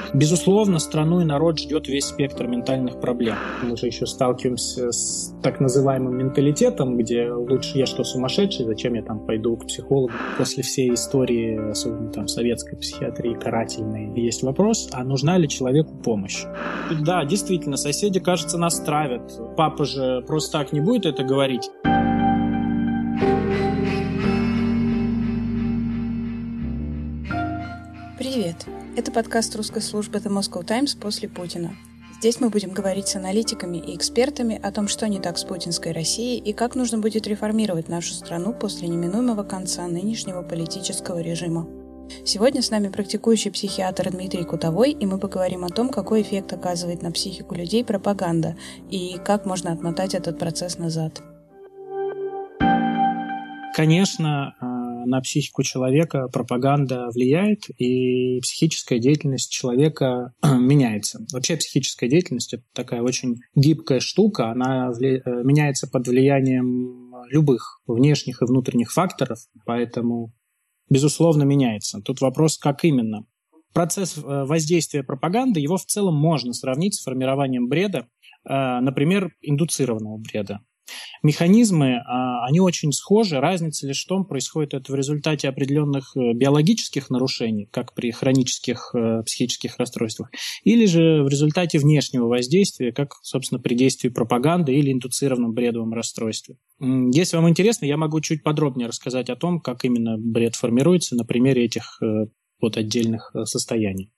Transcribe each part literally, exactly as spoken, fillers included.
Безусловно, страну и народ ждет весь спектр ментальных проблем. Мы же еще сталкиваемся с так называемым менталитетом, где лучше я что, сумасшедший, зачем я там пойду к психологу. После всей истории, особенно там советской психиатрии карательной, есть вопрос, а нужна ли человеку помощь? Да, действительно, соседи, кажется, нас травят. Папа же просто так не будет это говорить. Привет! Это подкаст русской службы The Moscow Times после Путина. Здесь мы будем говорить с аналитиками и экспертами о том, что не так с путинской Россией и как нужно будет реформировать нашу страну после неминуемого конца нынешнего политического режима. Сегодня с нами практикующий психиатр Дмитрий Кутовой, и мы поговорим о том, какой эффект оказывает на психику людей пропаганда и как можно отмотать этот процесс назад. Конечно, на психику человека пропаганда влияет, и психическая деятельность человека меняется. Вообще психическая деятельность – это такая очень гибкая штука, она вли... меняется под влиянием любых внешних и внутренних факторов, поэтому, безусловно, меняется. Тут вопрос, как именно. Процесс воздействия пропаганды, его в целом можно сравнить с формированием бреда, например, индуцированного бреда. Механизмы, они очень схожи, разница лишь в том, происходит это в результате определенных биологических нарушений, как при хронических психических расстройствах, или же в результате внешнего воздействия, как, собственно, при действии пропаганды или индуцированном бредовом расстройстве. Если вам интересно, я могу чуть подробнее рассказать о том, как именно бред формируется на примере этих вот отдельных состояний.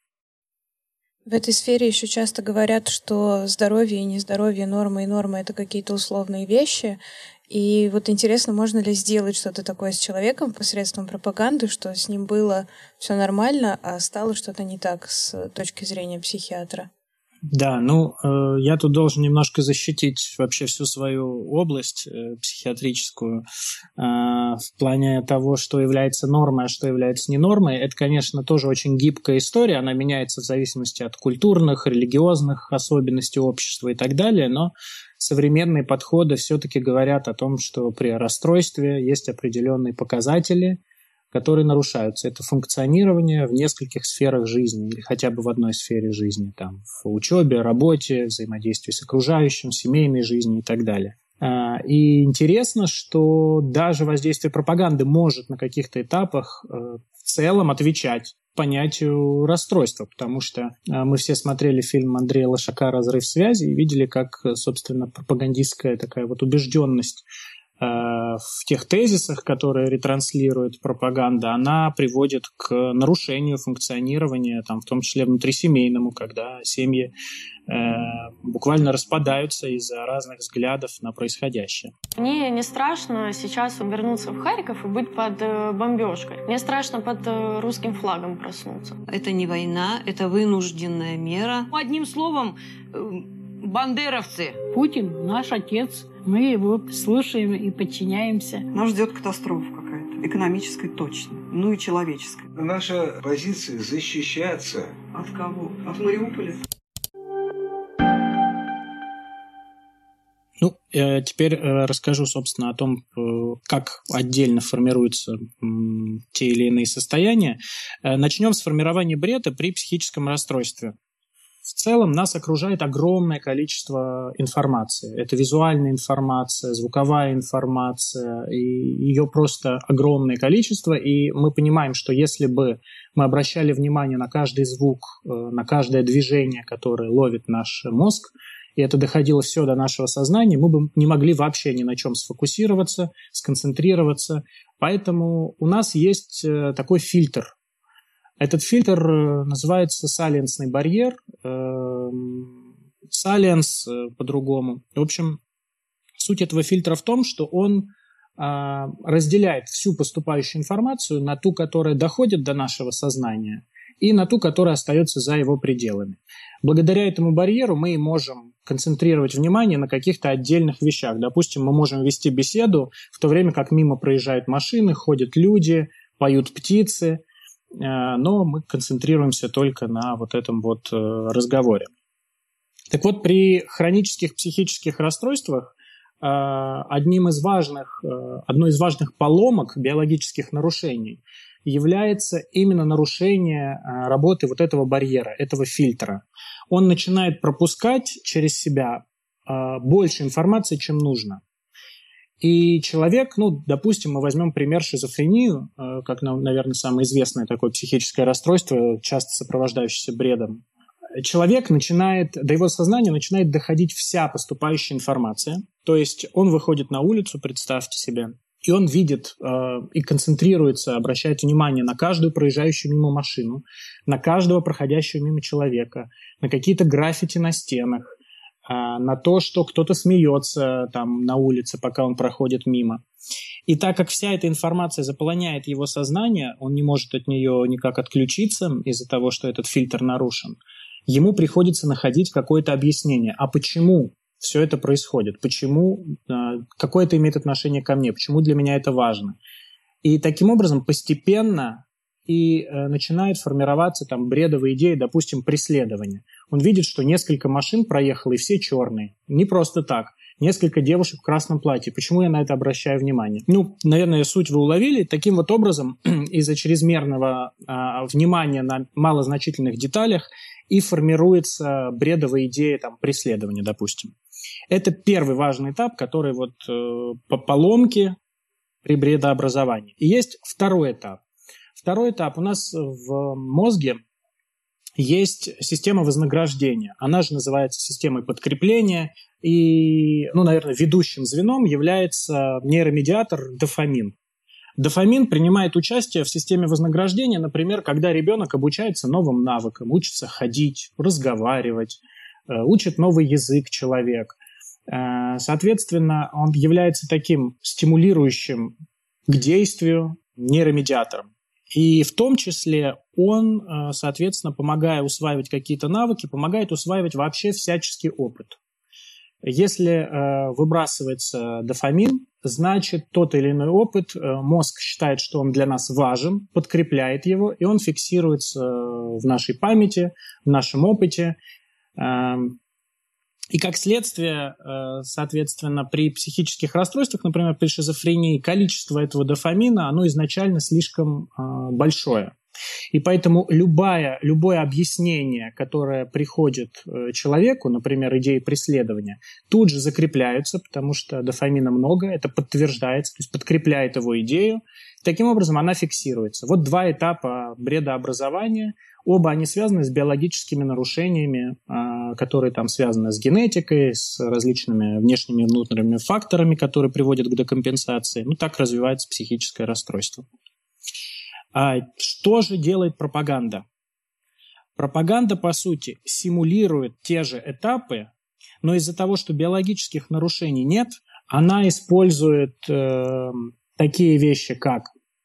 В этой сфере еще часто говорят, что здоровье и нездоровье, нормы и нормы – это какие-то условные вещи. И вот интересно, можно ли сделать что-то такое с человеком посредством пропаганды, что с ним было все нормально, а стало что-то не так с точки зрения психиатра? Да, ну, э, я тут должен немножко защитить вообще всю свою область э, психиатрическую э, в плане того, что является нормой, а что является не нормой. Это, конечно, тоже очень гибкая история, она меняется в зависимости от культурных, религиозных особенностей общества и так далее, но современные подходы все-таки говорят о том, что при расстройстве есть определенные показатели, которые нарушаются. Это функционирование в нескольких сферах жизни или хотя бы в одной сфере жизни, там, в учебе, работе, взаимодействии с окружающим, семейной жизни и так далее. И интересно, что даже воздействие пропаганды может на каких-то этапах в целом отвечать понятию расстройства, потому что мы все смотрели фильм Андрея Лошака «Разрыв связи» и видели, как, собственно, пропагандистская такая вот убежденность в тех тезисах, которые ретранслирует пропаганда, она приводит к нарушению функционирования, там, в том числе внутрисемейному, когда семьи э, буквально распадаются из-за разных взглядов на происходящее. Мне не страшно сейчас вернуться в Харьков и быть под бомбежкой. Мне страшно под русским флагом проснуться. Это не война, это вынужденная мера. Одним словом, бандеровцы. Путин наш отец. Мы его слушаем и подчиняемся. Нас ждет катастрофа какая-то. Экономическая точно. Ну и человеческая. Наша позиция защищаться. От кого? От Мариуполя? Ну, э, теперь э, расскажу, собственно, о том, э, как отдельно формируются э, те или иные состояния. Э, начнем с формирования бреда при психическом расстройстве. В целом нас окружает огромное количество информации. Это визуальная информация, звуковая информация, и ее просто огромное количество. И мы понимаем, что если бы мы обращали внимание на каждый звук, на каждое движение, которое ловит наш мозг, и это доходило все до нашего сознания, мы бы не могли вообще ни на чем сфокусироваться, сконцентрироваться. Поэтому у нас есть такой фильтр. Этот фильтр называется салиенсный барьер, салиенс по-другому. В общем, суть этого фильтра в том, что он разделяет всю поступающую информацию на ту, которая доходит до нашего сознания, и на ту, которая остается за его пределами. Благодаря этому барьеру мы можем концентрировать внимание на каких-то отдельных вещах. Допустим, мы можем вести беседу в то время, как мимо проезжают машины, ходят люди, поют птицы, но мы концентрируемся только на вот этом вот разговоре. Так вот, при хронических психических расстройствах одним из важных, одной из важных поломок биологических нарушений является именно нарушение работы вот этого барьера, этого фильтра. Он начинает пропускать через себя больше информации, чем нужно. И человек, ну, допустим, мы возьмем пример шизофрению, как, наверное, самое известное такое психическое расстройство, часто сопровождающееся бредом. Человек начинает, до его сознания начинает доходить вся поступающая информация. То есть он выходит на улицу, представьте себе, и он видит э, и концентрируется, обращает внимание на каждую проезжающую мимо машину, на каждого проходящего мимо человека, на какие-то граффити на стенах, на то, что кто-то смеется там на улице, пока он проходит мимо. И так как вся эта информация заполоняет его сознание, он не может от нее никак отключиться из-за того, что этот фильтр нарушен, ему приходится находить какое-то объяснение. А почему все это происходит? Почему? Какое это имеет отношение ко мне? Почему для меня это важно? И таким образом постепенно и э, начинает формироваться там бредовые идеи, допустим, преследования. Он видит, что несколько машин проехало, и все черные. Не просто так. Несколько девушек в красном платье. Почему я на это обращаю внимание? Ну, наверное, суть вы уловили. Таким вот образом, из-за чрезмерного э, внимания на малозначительных деталях и формируется бредовая идея там, преследования, допустим. Это первый важный этап, который вот э, по поломке при бредообразовании. И есть второй этап. Второй этап. У нас в мозге есть система вознаграждения. Она же называется системой подкрепления. И, ну, наверное, ведущим звеном является нейромедиатор дофамин. Дофамин принимает участие в системе вознаграждения, например, когда ребенок обучается новым навыкам, учится ходить, разговаривать, учит новый язык человек. Соответственно, он является таким стимулирующим к действию нейромедиатором. И в том числе он, соответственно, помогая усваивать какие-то навыки, помогает усваивать вообще всяческий опыт. Если выбрасывается дофамин, значит, тот или иной опыт мозг считает, что он для нас важен, подкрепляет его, и он фиксируется в нашей памяти, в нашем опыте. И как следствие, соответственно, при психических расстройствах, например, при шизофрении, количество этого дофамина, оно изначально слишком большое. И поэтому любое, любое объяснение, которое приходит человеку, например, идеи преследования, тут же закрепляются, потому что дофамина много, это подтверждается, то есть подкрепляет его идею. Таким образом, она фиксируется. Вот два этапа бредообразования. Оба они связаны с биологическими нарушениями, которые там связаны с генетикой, с различными внешними и внутренними факторами, которые приводят к декомпенсации. Ну, так развивается психическое расстройство. А что же делает пропаганда? Пропаганда, по сути, симулирует те же этапы, но из-за того, что биологических нарушений нет, она использует э, такие вещи, как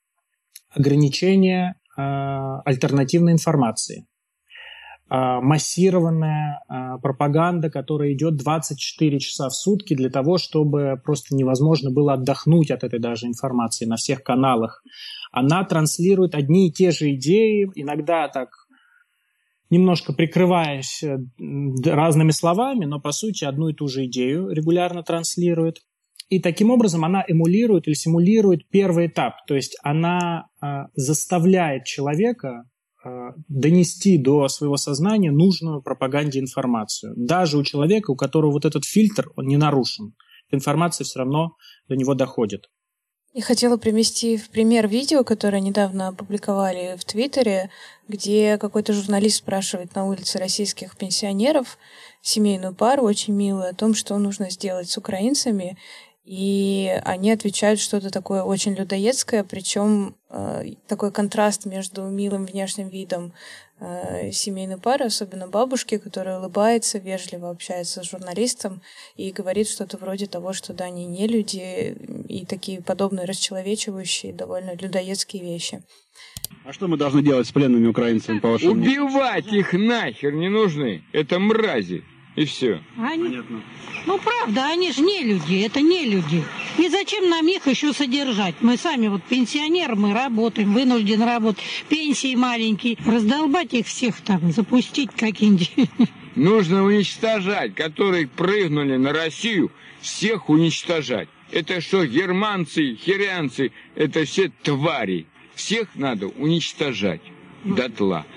ограничение э, альтернативной информации, э, массированная э, пропаганда, которая идет двадцать четыре часа в сутки для того, чтобы просто невозможно было отдохнуть от этой даже информации на всех каналах. Она транслирует одни и те же идеи, иногда так немножко прикрываясь разными словами, но по сути одну и ту же идею регулярно транслирует. И таким образом она эмулирует или симулирует первый этап, то есть она э, заставляет человека э, донести до своего сознания нужную пропаганде информацию. Даже у человека, у которого вот этот фильтр, он не нарушен, информация все равно до него доходит. Я хотела привести в пример видео, которое недавно опубликовали в Твиттере, где какой-то журналист спрашивает на улице российских пенсионеров, семейную пару, очень милую, о том, что нужно сделать с украинцами, и они отвечают что-то такое очень людоедское, причем э, такой контраст между милым внешним видом э, семейной пары, особенно бабушки, которая улыбается, вежливо общается с журналистом и говорит что-то вроде того, что да, они не люди, и такие подобные расчеловечивающие, довольно людоедские вещи. А что мы должны делать с пленными украинцами, по вашему мнению? Убивать их нахер не нужны. Это мрази. И все. Они... Понятно. Ну, правда, они же не люди, это не люди. И зачем нам их еще содержать? Мы сами вот пенсионеры, мы работаем, вынуждены работать, пенсии маленькие. Раздолбать их всех там, запустить какие-нибудь. Нужно уничтожать, которые прыгнули на Россию, всех уничтожать. Это что, германцы, хирянцы, это все твари. Всех надо уничтожать дотла.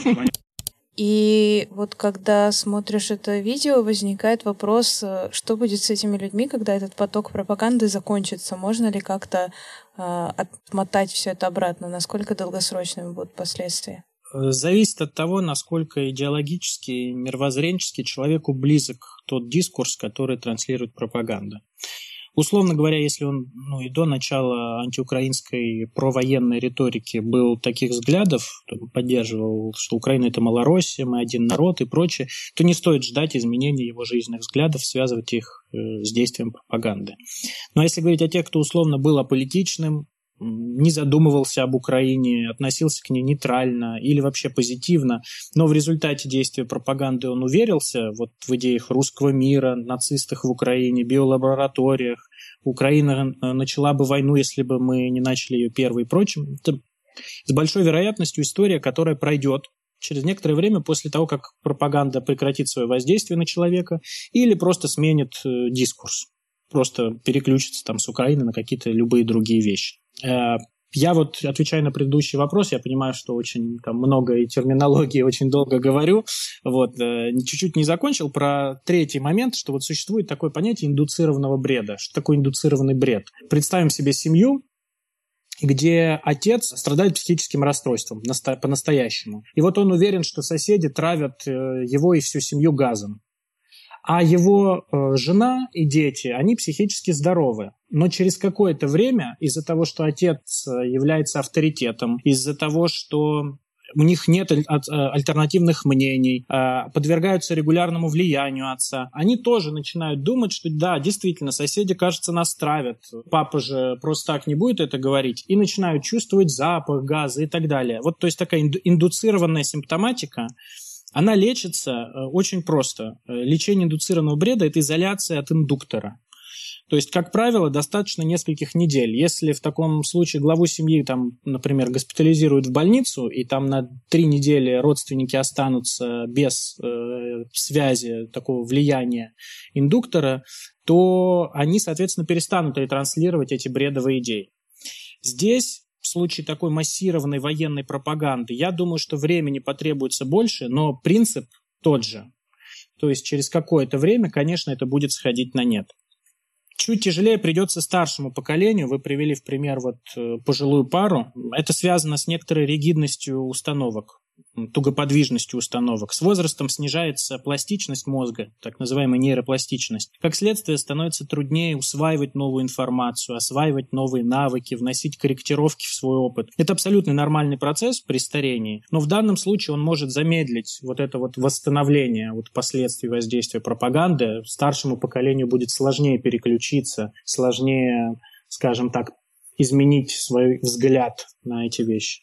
И вот когда смотришь это видео, возникает вопрос, что будет с этими людьми, когда этот поток пропаганды закончится? Можно ли как-то э, отмотать все это обратно? Насколько долгосрочными будут последствия? Зависит от того, насколько идеологически и мировоззренчески человеку близок тот дискурс, который транслирует пропаганда. Условно говоря, если он ну, и до начала антиукраинской провоенной риторики был таких взглядов, поддерживал, что Украина – это Малороссия, мы один народ и прочее, то не стоит ждать изменения его жизненных взглядов, связывать их э, с действием пропаганды. Но если говорить о тех, кто условно был аполитичным, не задумывался об Украине, относился к ней нейтрально или вообще позитивно, но в результате действия пропаганды он уверился вот в идеях русского мира, нацистах в Украине, биолабораториях, Украина начала бы войну, если бы мы не начали ее первой и прочим. Это с большой вероятностью история, которая пройдет через некоторое время после того, как пропаганда прекратит свое воздействие на человека или просто сменит э, дискурс, просто переключится там с Украины на какие-то любые другие вещи. Я вот, отвечая на предыдущий вопрос, я понимаю, что очень там, много и терминологии, очень долго говорю, вот, чуть-чуть не закончил про третий момент, что вот существует такое понятие индуцированного бреда. Что такое индуцированный бред? Представим себе семью, где отец страдает психическим расстройством по-настоящему. И вот он уверен, что соседи травят его и всю семью газом. А его э, жена и дети, они психически здоровы. Но через какое-то время, из-за того, что отец является авторитетом, из-за того, что у них нет альтернативных мнений, э, подвергаются регулярному влиянию отца, они тоже начинают думать, что да, действительно, соседи, кажется, нас травят. Папа же просто так не будет это говорить. И начинают чувствовать запах газа и так далее. Вот, то есть такая индуцированная симптоматика, она лечится очень просто. Лечение индуцированного бреда – это изоляция от индуктора. То есть, как правило, достаточно нескольких недель. Если в таком случае главу семьи, там, например, госпитализируют в больницу, и там на три недели родственники останутся без э, связи, такого влияния индуктора, то они, соответственно, перестанут ретранслировать эти бредовые идеи. Здесь в случае такой массированной военной пропаганды, я думаю, что времени потребуется больше, но принцип тот же. То есть через какое-то время, конечно, это будет сходить на нет. Чуть тяжелее придется старшему поколению. Вы привели в пример вот пожилую пару. Это связано с некоторой ригидностью установок, тугоподвижностью установок. С возрастом снижается пластичность мозга, так называемая нейропластичность. Как следствие, становится труднее усваивать новую информацию, осваивать новые навыки, вносить корректировки в свой опыт. Это абсолютно нормальный процесс при старении, но в данном случае он может замедлить вот это вот восстановление вот последствий воздействия пропаганды. Старшему поколению будет сложнее переключиться, сложнее, скажем так, изменить свой взгляд на эти вещи.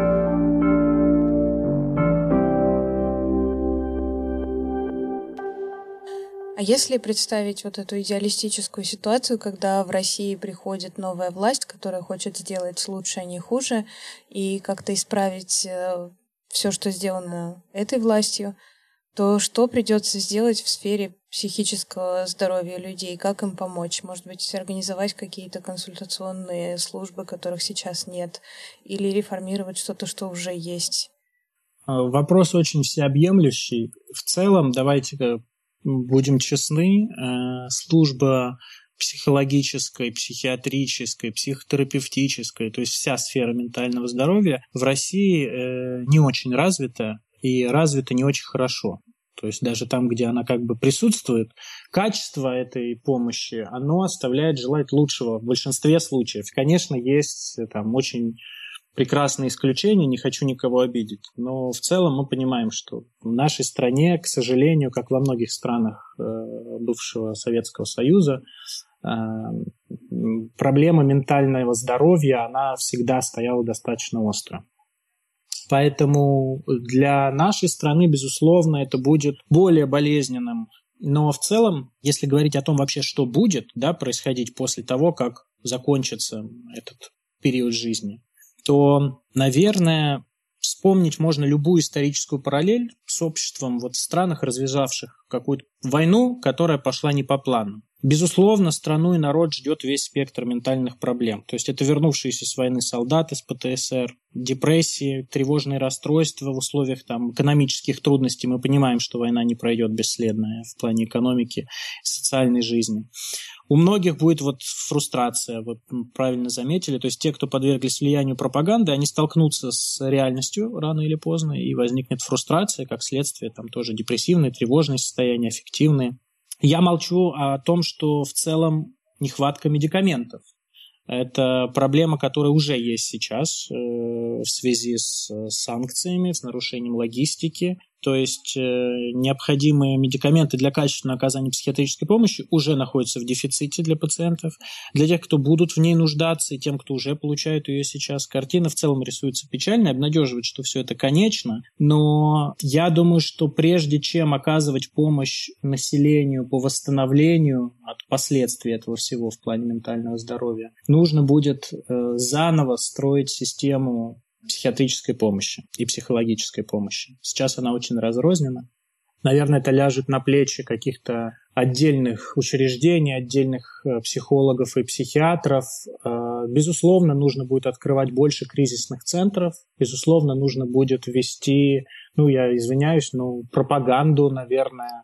А если представить вот эту идеалистическую ситуацию, когда в России приходит новая власть, которая хочет сделать лучше, а не хуже, и как-то исправить э, все, что сделано этой властью, то что придется сделать в сфере психического здоровья людей? Как им помочь? Может быть, организовать какие-то консультационные службы, которых сейчас нет, или реформировать что-то, что уже есть? Вопрос очень всеобъемлющий. В целом, давайте будем честны, служба психологической, психиатрической, психотерапевтической, то есть вся сфера ментального здоровья в России не очень развита и развита не очень хорошо. То есть даже там, где она как бы присутствует, качество этой помощи, оно оставляет желать лучшего в большинстве случаев. Конечно, есть там очень прекрасные исключения, не хочу никого обидеть, но в целом мы понимаем, что в нашей стране, к сожалению, как во многих странах э, бывшего Советского Союза, э, проблема ментального здоровья, она всегда стояла достаточно остро. Поэтому для нашей страны, безусловно, это будет более болезненным. Но в целом, если говорить о том вообще, что будет, да, происходить после того, как закончится этот период жизни, то, наверное, вспомнить можно любую историческую параллель с обществом вот в странах, развязавших какую-то войну, которая пошла не по плану. Безусловно, страну и народ ждет весь спектр ментальных проблем. То есть это вернувшиеся с войны солдаты с ПТСР, депрессии, тревожные расстройства в условиях там, экономических трудностей. Мы понимаем, что война не пройдет бесследно в плане экономики, социальной жизни. У многих будет вот фрустрация, вот правильно заметили. То есть те, кто подверглись влиянию пропаганды, они столкнутся с реальностью рано или поздно, и возникнет фрустрация, как следствие, там тоже депрессивные, тревожные состояния, аффективные. Я молчу о том, что в целом нехватка медикаментов. Это проблема, которая уже есть сейчас э, в связи с санкциями, с нарушением логистики. То есть э, необходимые медикаменты для качественного оказания психиатрической помощи уже находятся в дефиците для пациентов. Для тех, кто будут в ней нуждаться, и тем, кто уже получает ее сейчас, картина в целом рисуется печально, обнадеживает, что все это конечно. Но я думаю, что прежде чем оказывать помощь населению по восстановлению от последствий этого всего в плане ментального здоровья, нужно будет э, заново строить систему психиатрической помощи и психологической помощи. Сейчас она очень разрознена. Наверное, это ляжет на плечи каких-то отдельных учреждений, отдельных психологов и психиатров. Безусловно, нужно будет открывать больше кризисных центров. Безусловно, нужно будет ввести, ну, я извиняюсь, но пропаганду, наверное,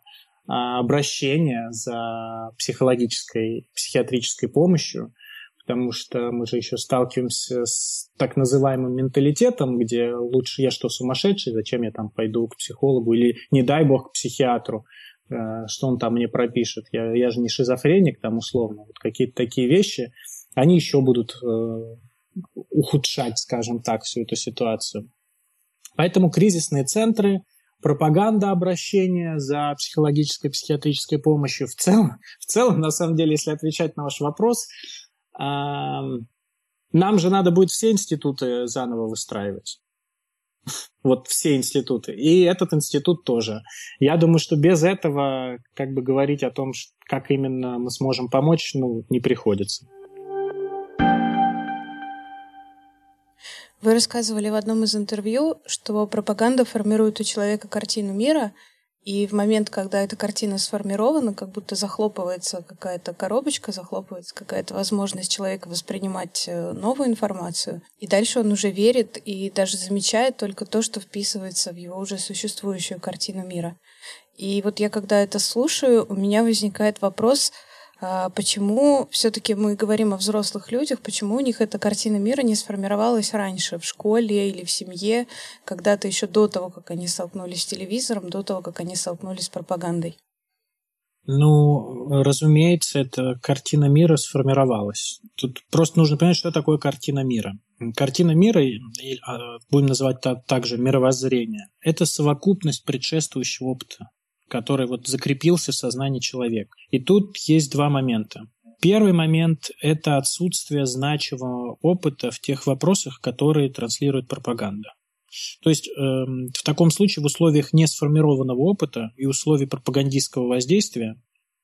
обращения за психологической, психиатрической помощью. Потому что мы же еще сталкиваемся с так называемым менталитетом, где лучше я что, сумасшедший, зачем я там пойду к психологу, или не дай бог к психиатру, что он там мне пропишет, я, я же не шизофреник там условно. Вот какие-то такие вещи, они еще будут э, ухудшать, скажем так, всю эту ситуацию. Поэтому кризисные центры, пропаганда обращения за психологической, психиатрической помощью в целом, в целом, на самом деле, если отвечать на ваш вопрос, нам же надо будет все институты заново выстраивать. Вот все институты. И этот институт тоже. Я думаю, что без этого как бы говорить о том, как именно мы сможем помочь, ну, не приходится. Вы рассказывали в одном из интервью, что пропаганда формирует у человека картину мира, и в момент, когда эта картина сформирована, как будто захлопывается какая-то коробочка, захлопывается какая-то возможность человека воспринимать новую информацию. И дальше он уже верит и даже замечает только то, что вписывается в его уже существующую картину мира. И вот я, когда это слушаю, у меня возникает вопрос, почему все-таки мы говорим о взрослых людях, почему у них эта картина мира не сформировалась раньше, в школе или в семье, когда-то еще до того, как они столкнулись с телевизором, до того, как они столкнулись с пропагандой? Ну, разумеется, эта картина мира сформировалась. Тут просто нужно понять, что такое картина мира. Картина мира, будем называть также мировоззрение, это совокупность предшествующего опыта, который вот закрепился в сознании человека. И тут есть два момента. Первый момент – это отсутствие значимого опыта в тех вопросах, которые транслирует пропаганда. То есть э, в таком случае в условиях несформированного опыта и условий пропагандистского воздействия,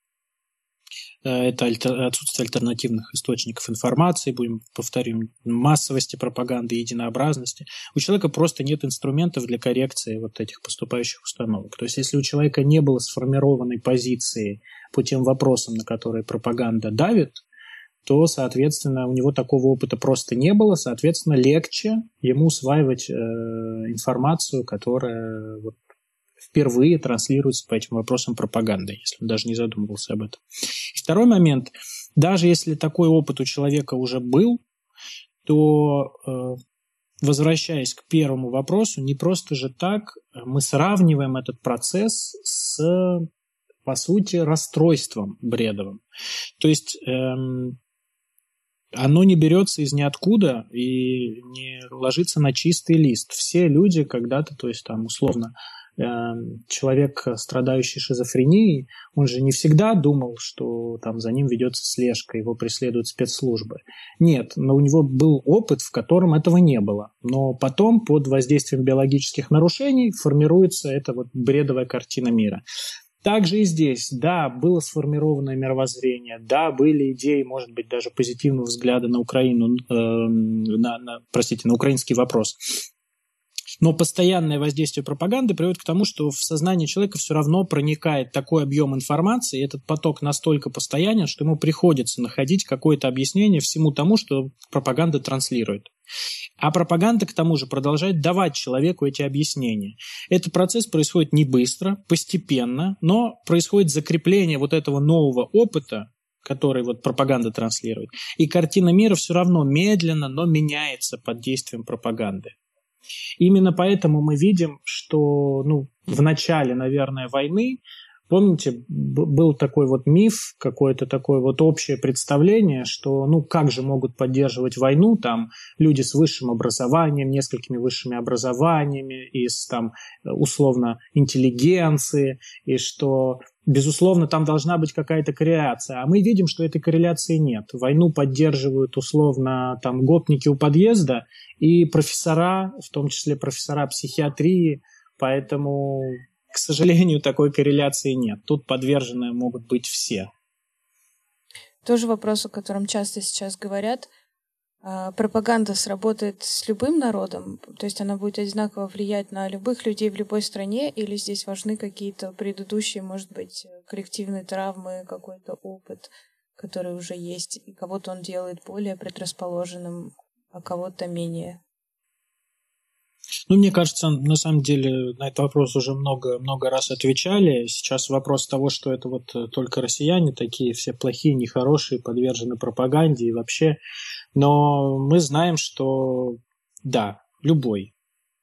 э, это альтер, отсутствие альтернативных источников информации, будем повторим, массовости пропаганды, единообразности, у человека просто нет инструментов для коррекции вот этих поступающих установок. То есть если у человека не было сформированной позиции по тем вопросам, на которые пропаганда давит, то, соответственно, у него такого опыта просто не было, соответственно, легче ему усваивать э, информацию, которая вот, впервые транслируется по этим вопросам пропаганды, если он даже не задумывался об этом. И второй момент. Даже если такой опыт у человека уже был, то, э, возвращаясь к первому вопросу, не просто же так мы сравниваем этот процесс с, по сути, расстройством бредовым. То есть эм, оно не берется из ниоткуда и не ложится на чистый лист. Все люди когда-то, то есть там условно, э, человек, страдающий шизофренией, он же не всегда думал, что там за ним ведется слежка, его преследуют спецслужбы. Нет, но у него был опыт, в котором этого не было. Но потом под воздействием биологических нарушений формируется эта вот бредовая картина мира. Также и здесь, да, было сформированное мировоззрение, да, были идеи, может быть, даже позитивного взгляда на Украину, э, на, на, простите, на украинский вопрос. Но постоянное воздействие пропаганды приводит к тому, что в сознание человека все равно проникает такой объем информации, и этот поток настолько постоянен, что ему приходится находить какое-то объяснение всему тому, что пропаганда транслирует. А пропаганда, к тому же, продолжает давать человеку эти объяснения. Этот процесс происходит не быстро, постепенно, но происходит закрепление вот этого нового опыта, который вот пропаганда транслирует. И картина мира все равно медленно, но меняется под действием пропаганды. Именно поэтому мы видим, что ну, в начале, наверное, войны, помните, был такой вот миф, какое-то такое вот общее представление, что ну как же могут поддерживать войну там люди с высшим образованием, несколькими высшими образованиями, из там условно интеллигенции, и что безусловно там должна быть какая-то корреляция. А мы видим, что этой корреляции нет. Войну поддерживают условно там гопники у подъезда и профессора, в том числе профессора психиатрии, поэтому... К сожалению, такой корреляции нет. Тут подвержены могут быть все. Тоже вопрос, о котором часто сейчас говорят. Пропаганда сработает с любым народом? То есть она будет одинаково влиять на любых людей в любой стране? Или здесь важны какие-то предыдущие, может быть, коллективные травмы, какой-то опыт, который уже есть, и кого-то он делает более предрасположенным, а кого-то менее? Ну, мне кажется, на самом деле на этот вопрос уже много, много раз отвечали. Сейчас вопрос того, что это вот только россияне такие, все плохие, нехорошие, подвержены пропаганде и вообще. Но мы знаем, что да, любой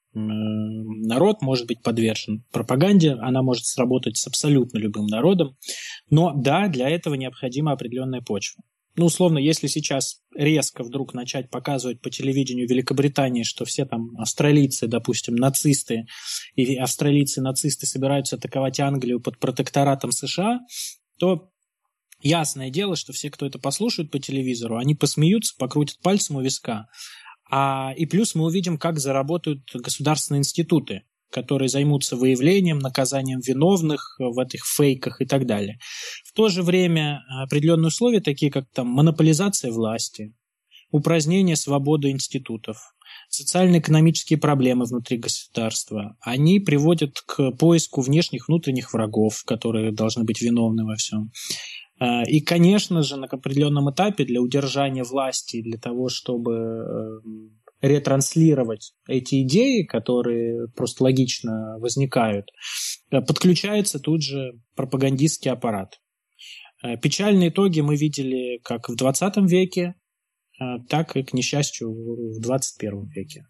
народ может быть подвержен пропаганде, она может сработать с абсолютно любым народом. Но да, для этого необходима определенная почва. Ну, условно, если сейчас резко вдруг начать показывать по телевидению Великобритании, что все там австралийцы, допустим, нацисты, и австралийцы-нацисты собираются атаковать Англию под протекторатом США, то ясное дело, что все, кто это послушают по телевизору, они посмеются, покрутят пальцем у виска. А, и плюс мы увидим, как заработают государственные институты, которые займутся выявлением, наказанием виновных в этих фейках и так далее. В то же время определенные условия, такие как там монополизация власти, упразднение свободы институтов, социально-экономические проблемы внутри государства, они приводят к поиску внешних, внутренних врагов, которые должны быть виновны во всем. И, конечно же, на определенном этапе для удержания власти, для того, чтобы ретранслировать эти идеи, которые просто логично возникают, подключается тут же пропагандистский аппарат. Печальные итоги мы видели как в двадцатом веке, так и, к несчастью, в двадцать первом веке.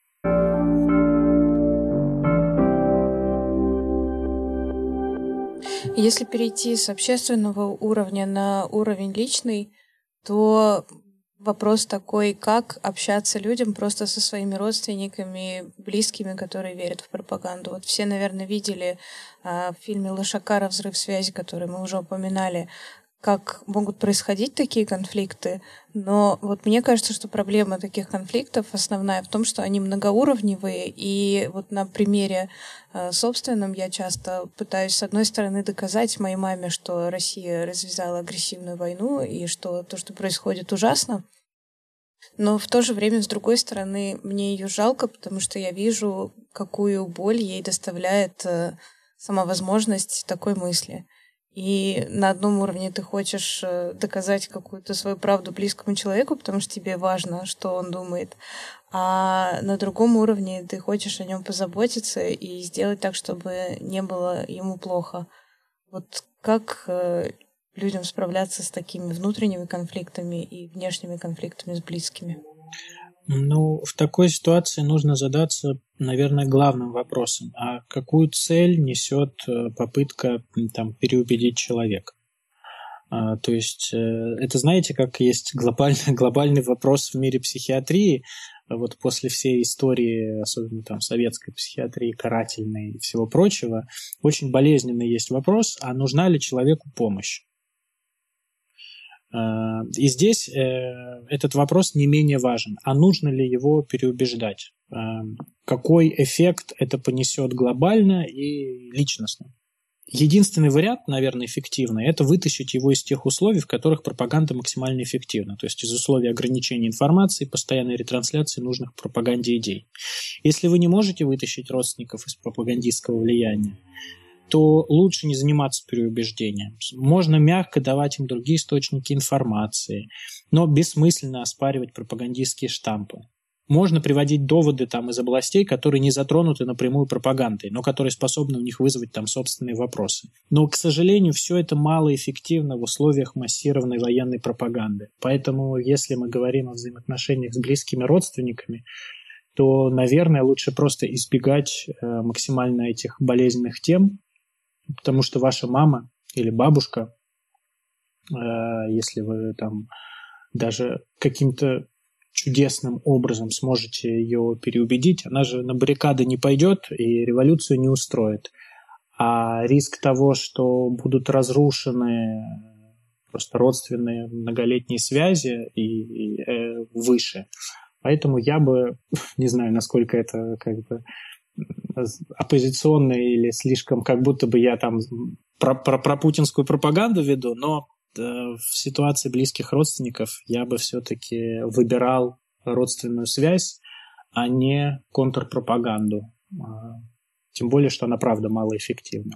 Если перейти с общественного уровня на уровень личный, то вопрос такой, как общаться людям просто со своими родственниками, близкими, которые верят в пропаганду. Вот все, наверное, видели а, в фильме Лошакара «Взрыв связи», который мы уже упоминали, как могут происходить такие конфликты. Но вот мне кажется, что проблема таких конфликтов основная в том, что они многоуровневые. И вот на примере э, собственном я часто пытаюсь, с одной стороны, доказать моей маме, что Россия развязала агрессивную войну и что то, что происходит, ужасно. Но в то же время, с другой стороны, мне ее жалко, потому что я вижу, какую боль ей доставляет э, сама возможность такой мысли. И на одном уровне ты хочешь доказать какую-то свою правду близкому человеку, потому что тебе важно, что он думает. А на другом уровне ты хочешь о нем позаботиться и сделать так, чтобы не было ему плохо. Вот как людям справляться с такими внутренними конфликтами и внешними конфликтами с близкими? Ну, в такой ситуации нужно задаться, наверное, главным вопросом. А какую цель несет попытка там, переубедить человека? А, то есть, это, знаете, как есть глобальный, глобальный вопрос в мире психиатрии. Вот после всей истории, особенно там советской психиатрии, карательной и всего прочего, очень болезненный есть вопрос, а нужна ли человеку помощь? И здесь этот вопрос не менее важен. А нужно ли его переубеждать? Какой эффект это понесет глобально и личностно? единственный вариант, наверное, эффективный, это вытащить его из тех условий, в которых пропаганда максимально эффективна. То есть из условий ограничения информации, постоянной ретрансляции нужных пропаганде идей. Если вы не можете вытащить родственников из пропагандистского влияния, то лучше не заниматься переубеждением. Можно мягко давать им другие источники информации, но бессмысленно оспаривать пропагандистские штампы. Можно приводить доводы там, из областей, которые не затронуты напрямую пропагандой, но которые способны у них вызвать там собственные вопросы. Но, к сожалению, все это малоэффективно в условиях массированной военной пропаганды. Поэтому, если мы говорим о взаимоотношениях с близкими родственниками, то, наверное, лучше просто избегать э, максимально этих болезненных тем, потому что ваша мама или бабушка, э, если вы там даже каким-то чудесным образом сможете ее переубедить, она же на баррикады не пойдет и революцию не устроит. А риск того, что будут разрушены просто родственные многолетние связи, и, и э, выше. Поэтому я бы, не знаю, насколько это как бы оппозиционно или слишком, как будто бы я там про, про, про путинскую пропаганду веду, но в ситуации близких родственников я бы все-таки выбирал родственную связь, а не контрпропаганду. Тем более, что она, правда, малоэффективна.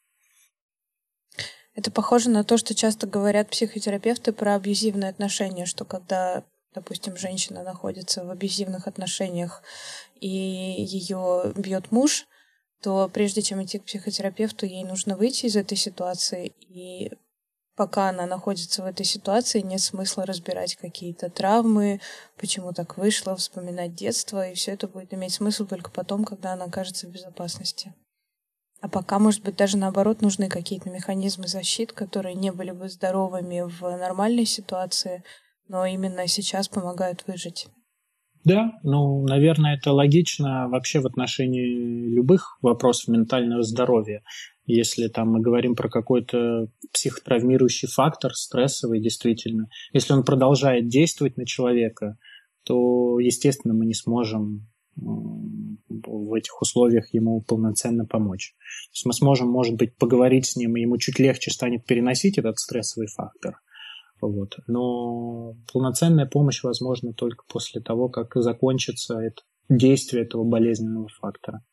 Это похоже на то, что часто говорят психотерапевты про абьюзивные отношения, что когда, допустим, женщина находится в абьюзивных отношениях и ее бьет муж, то прежде чем идти к психотерапевту, ей нужно выйти из этой ситуации, и пока она находится в этой ситуации, нет смысла разбирать какие-то травмы, почему так вышло, вспоминать детство, и все это будет иметь смысл только потом, когда она окажется в безопасности. А пока, может быть, даже наоборот, нужны какие-то механизмы защиты, которые не были бы здоровыми в нормальной ситуации, но именно сейчас помогают выжить. Да, ну, наверное, это логично вообще в отношении любых вопросов ментального здоровья. Если там мы говорим про какой-то психотравмирующий фактор, стрессовый, действительно, если он продолжает действовать на человека, то, естественно, мы не сможем в этих условиях ему полноценно помочь. То есть мы сможем, может быть, поговорить с ним, и ему чуть легче станет переносить этот стрессовый фактор. Вот. Но полноценная помощь возможна только после того, как закончится это действие этого болезненного фактора.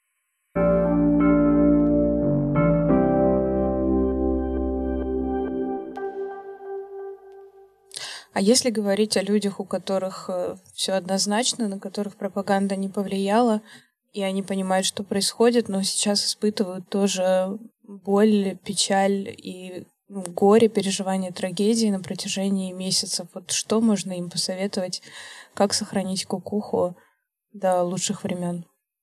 А если говорить о людях, у которых все однозначно, на которых пропаганда не повлияла, и они понимают, что происходит, но сейчас испытывают тоже боль, печаль и горе, переживание трагедии на протяжении месяцев. Вот что можно им посоветовать, как сохранить кукуху до лучших времен?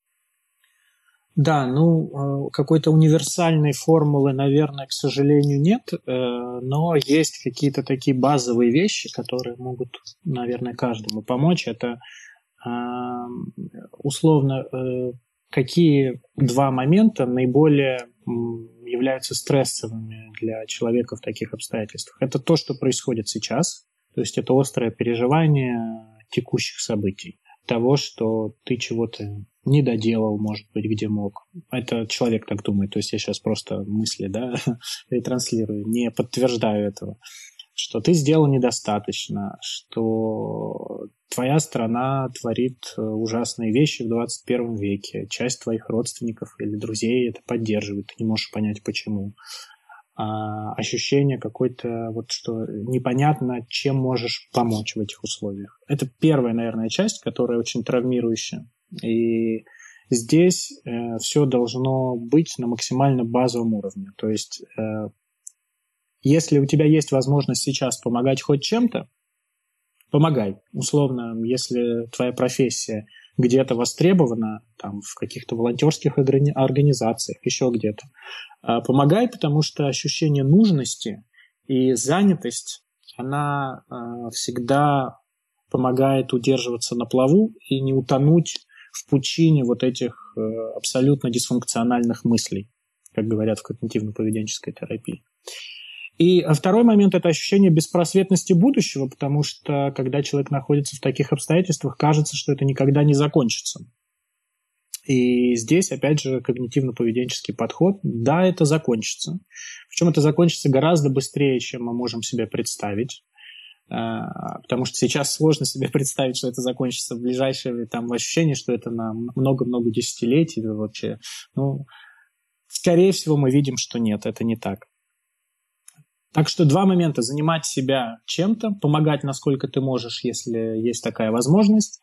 Да, ну, какой-то универсальной формулы, наверное, к сожалению, нет, но есть какие-то такие базовые вещи, которые могут, наверное, каждому помочь. Это, условно, какие два момента наиболее являются стрессовыми для человека в таких обстоятельствах. Это то, что происходит сейчас, то есть это острое переживание текущих событий, того, что ты чего-то не доделал, может быть, где мог. Это человек так думает, то есть я сейчас просто мысли, да, ретранслирую, не подтверждаю этого. Что ты сделал недостаточно, что твоя страна творит ужасные вещи в двадцать первом веке, часть твоих родственников или друзей это поддерживает, ты не можешь понять, почему. А ощущение какое-то, вот что непонятно, чем можешь помочь в этих условиях. Это первая, наверное, часть, которая очень травмирующая. И здесь э, все должно быть на максимально базовом уровне. То есть э, если у тебя есть возможность сейчас помогать хоть чем-то, помогай. Условно, если твоя профессия где-то востребована, там, в каких-то волонтерских организациях, еще где-то, помогай, потому что ощущение нужности и занятость, она всегда помогает удерживаться на плаву и не утонуть в пучине вот этих абсолютно дисфункциональных мыслей, как говорят в когнитивно-поведенческой терапии. И второй момент – это ощущение беспросветности будущего, потому что, когда человек находится в таких обстоятельствах, кажется, что это никогда не закончится. И здесь, опять же, когнитивно-поведенческий подход, да, это закончится. Причем это закончится гораздо быстрее, чем мы можем себе представить. Потому что сейчас сложно себе представить, что это закончится в ближайшее там, ощущение, что это на много-много десятилетий вообще. Ну, скорее всего, мы видим, что нет, это не так. Так что два момента. Занимать себя чем-то, помогать, насколько ты можешь, если есть такая возможность,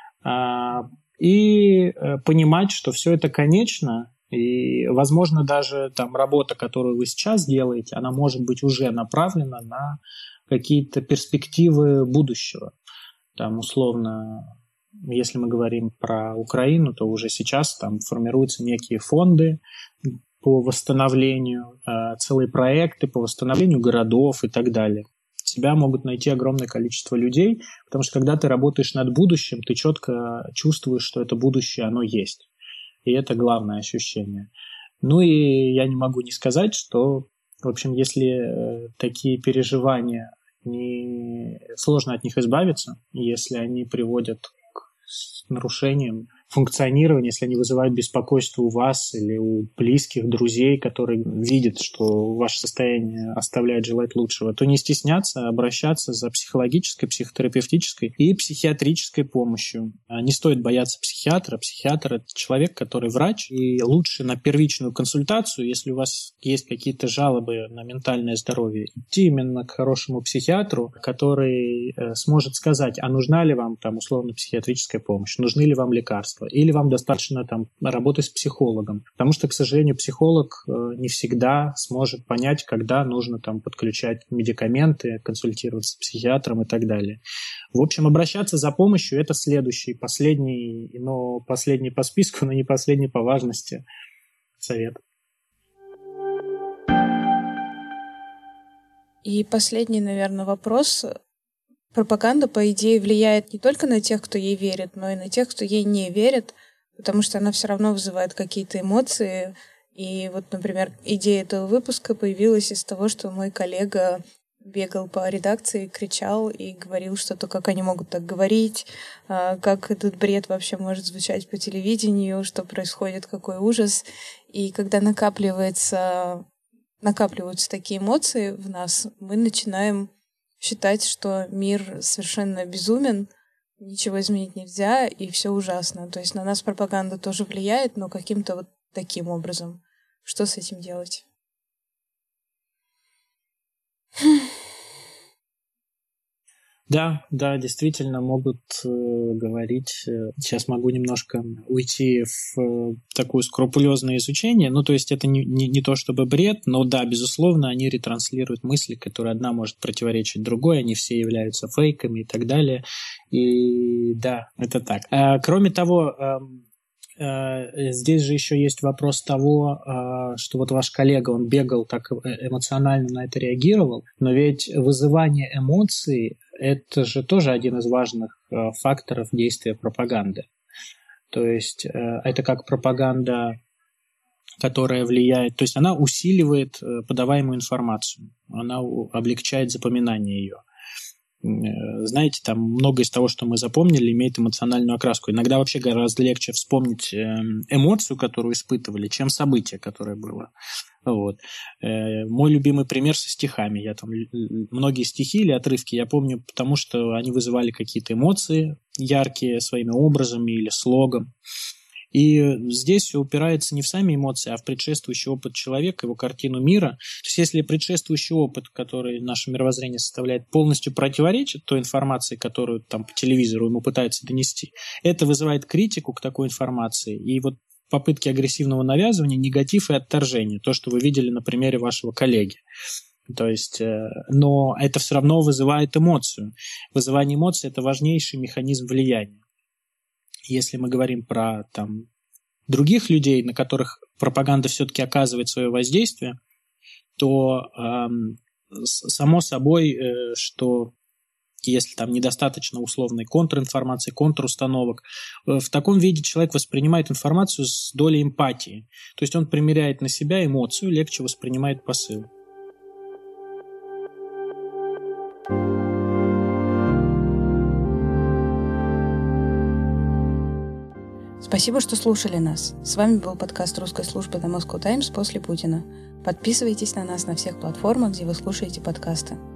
и понимать, что все это конечно, и, возможно, даже там работа, которую вы сейчас делаете, она может быть уже направлена на какие-то перспективы будущего. Там, условно, если мы говорим про Украину, то уже сейчас там формируются некие фонды по восстановлению, целые проекты по восстановлению городов и так далее. Тебя могут найти огромное количество людей, потому что когда ты работаешь над будущим, ты четко чувствуешь, что это будущее, оно есть. И это главное ощущение. Ну и я не могу не сказать, что, в общем, если такие переживания, не... сложно от них избавиться, если они приводят к нарушениям функционирования, если они вызывают беспокойство у вас или у близких, друзей, которые видят, что ваше состояние оставляет желать лучшего, то не стесняться, обращаться за психологической, психотерапевтической и психиатрической помощью. Не стоит бояться психиатра. Психиатр – это человек, который врач, и лучше на первичную консультацию, если у вас есть какие-то жалобы на ментальное здоровье, идти именно к хорошему психиатру, который сможет сказать, а нужна ли вам там условно психиатрическая помощь, нужны ли вам лекарства, или вам достаточно там работать с психологом. Потому что, к сожалению, психолог не всегда сможет понять, когда нужно там подключать медикаменты, консультироваться с психиатром и так далее. В общем, обращаться за помощью – это следующий, последний, но последний по списку, но не последний по важности совет. И последний, наверное, вопрос. Пропаганда, по идее, влияет не только на тех, кто ей верит, но и на тех, кто ей не верит, потому что она все равно вызывает какие-то эмоции. И вот, например, идея этого выпуска появилась из того, что мой коллега бегал по редакции, кричал и говорил что-то, как они могут так говорить, как этот бред вообще может звучать по телевидению, что происходит, какой ужас. И когда накапливается, накапливаются такие эмоции в нас, мы начинаем считать, что мир совершенно безумен, ничего изменить нельзя, и все ужасно. То есть на нас пропаганда тоже влияет, но каким-то вот таким образом. Что с этим делать? Да, да, действительно могут э, говорить. Сейчас могу немножко уйти в э, такое скрупулезное изучение. Ну, то есть это не, не, не то чтобы бред, но да, безусловно, они ретранслируют мысли, которые одна может противоречить другой, они все являются фейками и так далее. И да, это так. А, кроме того, э, э, здесь же еще есть вопрос того, э, что вот ваш коллега, он бегал так эмоционально на это реагировал, но ведь вызывание эмоций это же тоже один из важных э, факторов действия пропаганды. То есть э, это как пропаганда, которая влияет, то есть она усиливает э, подаваемую информацию, она у, облегчает запоминание ее. Э, знаете, там многое из того, что мы запомнили, имеет эмоциональную окраску. Иногда вообще гораздо легче вспомнить э, эмоцию, которую испытывали, чем событие, которое было. Вот. Э, мой любимый пример со стихами. Я там многие стихи или отрывки я помню, потому что они вызывали какие-то эмоции яркие своими образами или слогом. И здесь все упирается не в сами эмоции, а в предшествующий опыт человека, его картину мира. То есть если предшествующий опыт, который наше мировоззрение составляет, полностью противоречит той информации, которую там по телевизору ему пытаются донести, это вызывает критику к такой информации. И вот попытки агрессивного навязывания, негатив и отторжение. То, что вы видели на примере вашего коллеги. То есть, но это все равно вызывает эмоцию. Вызывание эмоций – это важнейший механизм влияния. Если мы говорим про там, других людей, на которых пропаганда все-таки оказывает свое воздействие, то э, само собой, э, что если там недостаточно условной контринформации, контрустановок, э, в таком виде человек воспринимает информацию с долей эмпатии. То есть он примеряет на себя эмоцию, легче воспринимает посыл. Спасибо, что слушали нас. С вами был подкаст русской службы The Moscow Times после Путина. Подписывайтесь на нас на всех платформах, где вы слушаете подкасты.